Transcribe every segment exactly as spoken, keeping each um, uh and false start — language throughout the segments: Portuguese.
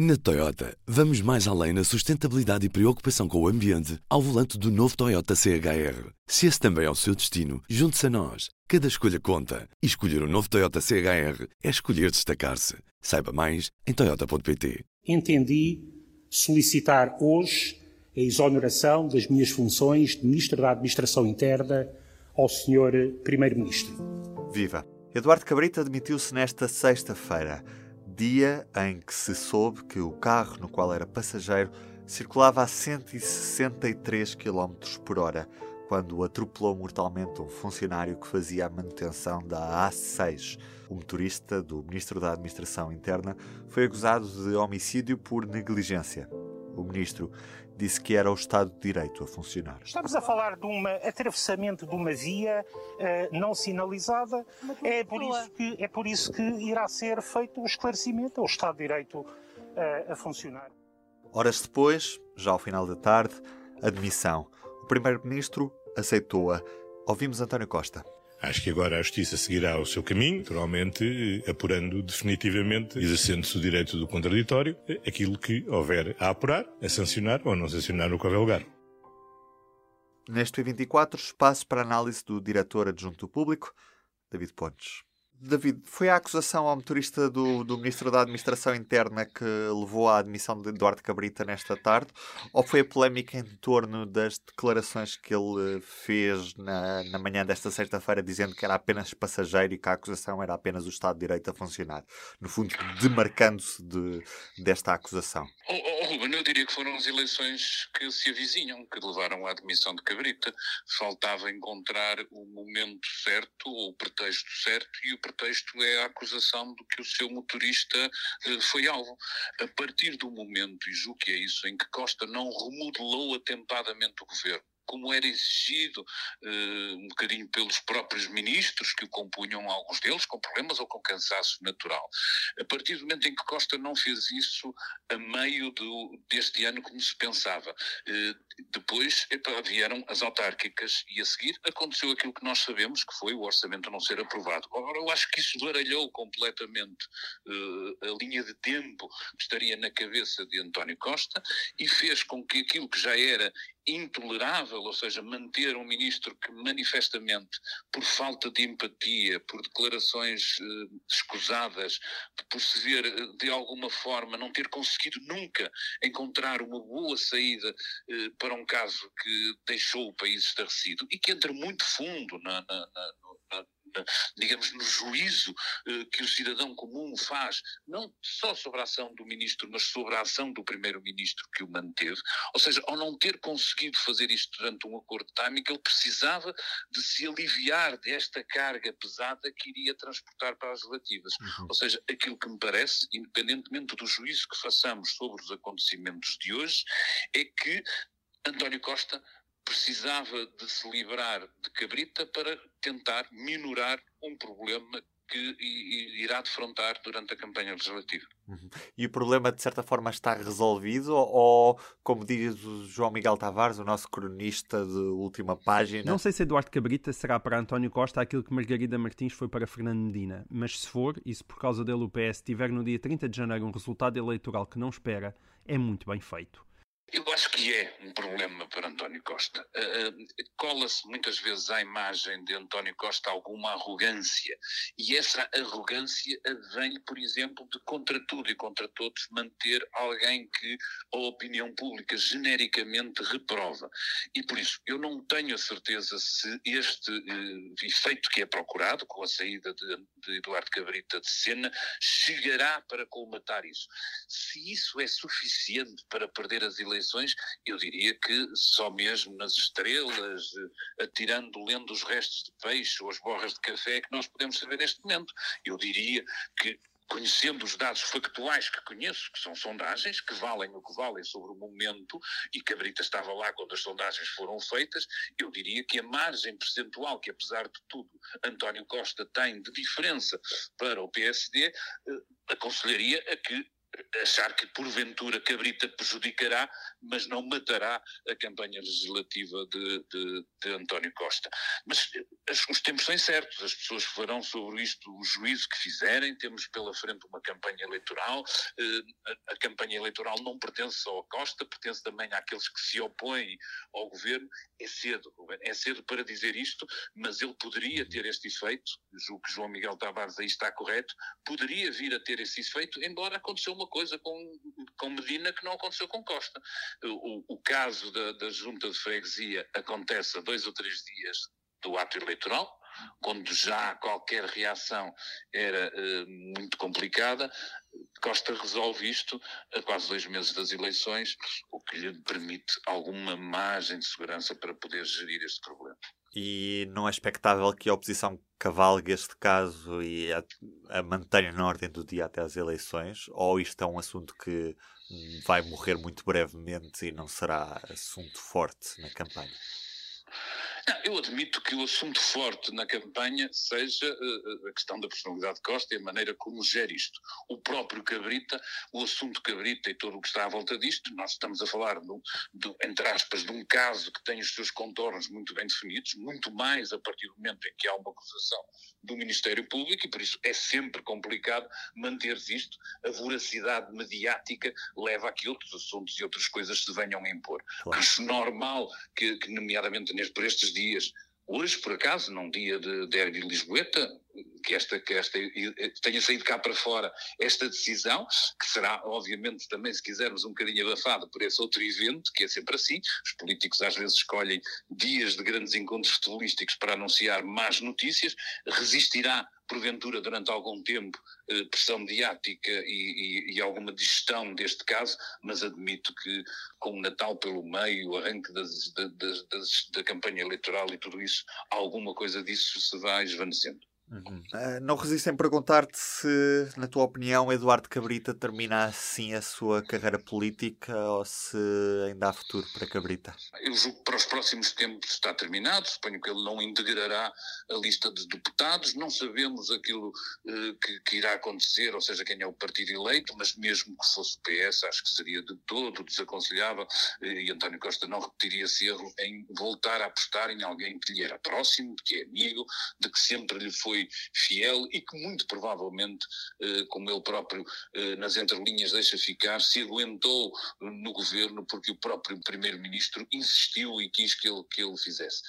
Na Toyota, vamos mais além na sustentabilidade e preocupação com o ambiente ao volante do novo Toyota C H R. Se esse também é o seu destino, junte-se a nós. Cada escolha conta. E escolher o novo Toyota C H R é escolher destacar-se. Saiba mais em toyota ponto pt. Entendi solicitar hoje a exoneração das minhas funções de Ministro da Administração Interna ao senhor Primeiro-Ministro. Viva! Eduardo Cabrita demitiu-se nesta sexta-feira, dia em que se soube que o carro no qual era passageiro circulava a cento e sessenta e três quilómetros por hora, quando atropelou mortalmente um funcionário que fazia a manutenção da A seis. O motorista do Ministro da Administração Interna foi acusado de homicídio por negligência. O Ministro disse que era o Estado de Direito a funcionar. Estamos a falar de um atravessamento de uma via uh, não sinalizada. É por, isso que, é por isso que irá ser feito o esclarecimento. É o Estado de Direito uh, a funcionar. Horas depois, já ao final da tarde, a demissão. O Primeiro-Ministro aceitou-a. Ouvimos António Costa. Acho que agora a Justiça seguirá o seu caminho, naturalmente apurando definitivamente, exercendo-se o direito do contraditório, aquilo que houver a apurar, a sancionar ou a não sancionar no que houver lugar. Neste P vinte e quatro, espaço para análise do diretor adjunto do Público, David Pontes. David, foi a acusação ao motorista do, do Ministro da Administração Interna que levou à admissão de Eduardo Cabrita nesta tarde? Ou foi a polémica em torno das declarações que ele fez na, na manhã desta sexta-feira, dizendo que era apenas passageiro e que a acusação era apenas o Estado de Direito a funcionar? No fundo, demarcando-se de, desta acusação. Oh, oh, Ruben, eu diria que foram as eleições que se avizinham, que levaram à admissão de Cabrita. Faltava encontrar o momento certo, ou o pretexto certo, e o pretexto é a acusação de que o seu motorista eh, foi alvo. A partir do momento, e julgo que é isso, em que Costa não remodelou atempadamente o governo, como era exigido uh, um bocadinho pelos próprios ministros que o compunham, alguns deles com problemas ou com cansaço natural. A partir do momento em que Costa não fez isso a meio do, deste ano como se pensava, uh, depois epa, vieram as autárquicas e a seguir aconteceu aquilo que nós sabemos, que foi o orçamento não ser aprovado. Agora, eu acho que isso baralhou completamente uh, a linha de tempo que estaria na cabeça de António Costa e fez com que aquilo que já era intolerável, ou seja, manter um ministro que manifestamente, por falta de empatia, por declarações eh, escusadas, por se ver eh, de alguma forma não ter conseguido nunca encontrar uma boa saída eh, para um caso que deixou o país estarrecido e que entra muito fundo na, na, na, na digamos, no juízo eh, que o cidadão comum faz, não só sobre a ação do ministro, mas sobre a ação do primeiro-ministro que o manteve. Ou seja, ao não ter conseguido fazer isto durante um acordo de timing, ele precisava de se aliviar desta carga pesada que iria transportar para as relativas. Uhum. Ou seja, aquilo que me parece, independentemente do juízo que façamos sobre os acontecimentos de hoje, é que António Costa precisava de se livrar de Cabrita para tentar minorar um problema que irá defrontar durante a campanha legislativa. Uhum. E o problema, de certa forma, está resolvido? Ou, como diz o João Miguel Tavares, o nosso cronista de última página... Não sei se Eduardo Cabrita será para António Costa aquilo que Margarida Martins foi para Fernando Medina, mas se for, e se por causa dele o P S tiver no dia trinta de janeiro um resultado eleitoral que não espera, é muito bem feito. Eu acho que é um problema para António Costa. Uh, uh, cola-se muitas vezes à imagem de António Costa alguma arrogância. E essa arrogância vem, por exemplo, de contra tudo e contra todos manter alguém que a opinião pública genericamente reprova. E por isso, eu não tenho a certeza se este uh, efeito que é procurado, com a saída de, de Eduardo Cabrita de cena, chegará para colmatar isso. Se isso é suficiente para perder as eleições, eu diria que só mesmo nas estrelas, atirando, lendo os restos de peixe ou as borras de café, que nós podemos saber neste momento. Eu diria que, conhecendo os dados factuais que conheço, que são sondagens, que valem o que valem sobre o momento, e Cabrita estava lá quando as sondagens foram feitas, eu diria que a margem percentual que, apesar de tudo, António Costa tem de diferença para o P S D, eh, aconselharia a que achar que porventura Cabrita prejudicará, mas não matará a campanha legislativa de, de, de António Costa. Mas os tempos são incertos, as pessoas farão sobre isto o juízo que fizerem, temos pela frente uma campanha eleitoral, a, a campanha eleitoral não pertence só a Costa, pertence também àqueles que se opõem ao governo. É cedo, é cedo para dizer isto, mas ele poderia ter este efeito, julgo que João Miguel Tavares aí está correto, poderia vir a ter esse efeito, embora aconteceu uma coisa com, com Medina que não aconteceu com Costa. O, o caso da, da junta de freguesia acontece a dois ou três dias do ato eleitoral, quando já qualquer reação era uh, muito complicada. Costa resolve isto a quase dois meses das eleições, o que lhe permite alguma margem de segurança para poder gerir este problema. E não é expectável que a oposição cavalgue este caso e a, a mantenha na ordem do dia até às eleições? Ou isto é um assunto que vai morrer muito brevemente e não será assunto forte na campanha? Não, eu admito que o assunto forte na campanha seja uh, a questão da personalidade de Costa e a maneira como gera isto. O próprio Cabrita, o assunto Cabrita e tudo o que está à volta disto, nós estamos a falar, do, do, entre aspas, de um caso que tem os seus contornos muito bem definidos, muito mais a partir do momento em que há uma acusação do Ministério Público, e por isso é sempre complicado manter-se isto. A voracidade mediática leva a que outros assuntos e outras coisas se venham a impor. Claro. Acho normal que, que nomeadamente neste, por estes dias, hoje, por acaso, num dia de derby lisboeta, que esta, que esta tenha saído cá para fora esta decisão, que será, obviamente, também, se quisermos, um bocadinho abafada por esse outro evento, que é sempre assim. Os políticos às vezes escolhem dias de grandes encontros futebolísticos para anunciar más notícias. Resistirá, porventura, durante algum tempo, pressão mediática e, e, e alguma digestão deste caso, mas admito que, com o Natal pelo meio, o arranque das, das, das, da campanha eleitoral e tudo isso, alguma coisa disso se vai esvanecendo. Uhum. Uh, não resisto em perguntar-te se, na tua opinião, Eduardo Cabrita termina assim a sua carreira política ou se ainda há futuro para Cabrita? Eu julgo que para os próximos tempos está terminado. Suponho que ele não integrará a lista de deputados. Não sabemos aquilo uh, que, que irá acontecer, ou seja, quem é o partido eleito, mas mesmo que fosse o P S, acho que seria de todo desaconselhável uh, e António Costa não repetiria esse erro em voltar a apostar em alguém que lhe era próximo, que é amigo, de que sempre lhe foi fiel e que muito provavelmente, como ele próprio nas entrelinhas deixa ficar, se aguentou no governo porque o próprio primeiro-ministro insistiu e quis que ele, que ele fizesse.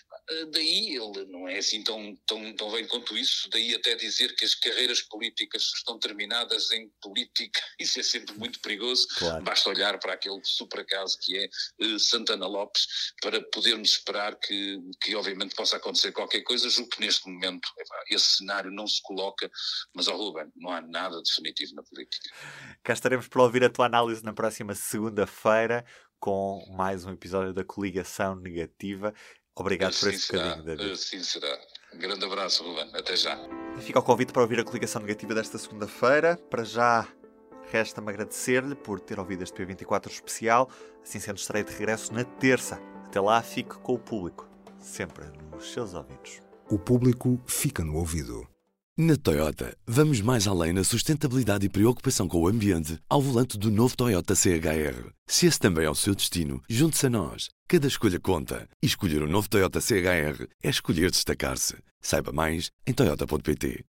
Daí ele não é assim tão, tão, tão bem quanto isso, daí até dizer que as carreiras políticas estão terminadas em política, isso é sempre muito perigoso. Claro. Basta olhar para aquele super caso que é uh, Santana Lopes para podermos esperar que, que obviamente possa acontecer qualquer coisa. Julgo que neste momento esse cenário não se coloca, mas ao Ruben, não há nada definitivo na política. Cá estaremos para ouvir a tua análise na próxima segunda-feira com mais um episódio da Coligação Negativa. Obrigado assim por este bocadinho, David. Assim será. Um grande abraço, Ruben. Até já. Fica o convite para ouvir a Coligação Negativa desta segunda-feira. Para já, resta-me agradecer-lhe por ter ouvido este P vinte e quatro especial. Assim sendo, estarei de regresso na terça. Até lá, fique com o público. Sempre nos seus ouvidos. O público fica no ouvido. Na Toyota, vamos mais além na sustentabilidade e preocupação com o ambiente ao volante do novo Toyota C H R. Se esse também é o seu destino, junte-se a nós. Cada escolha conta. E escolher o novo Toyota C H R é escolher destacar-se. Saiba mais em toyota ponto pt.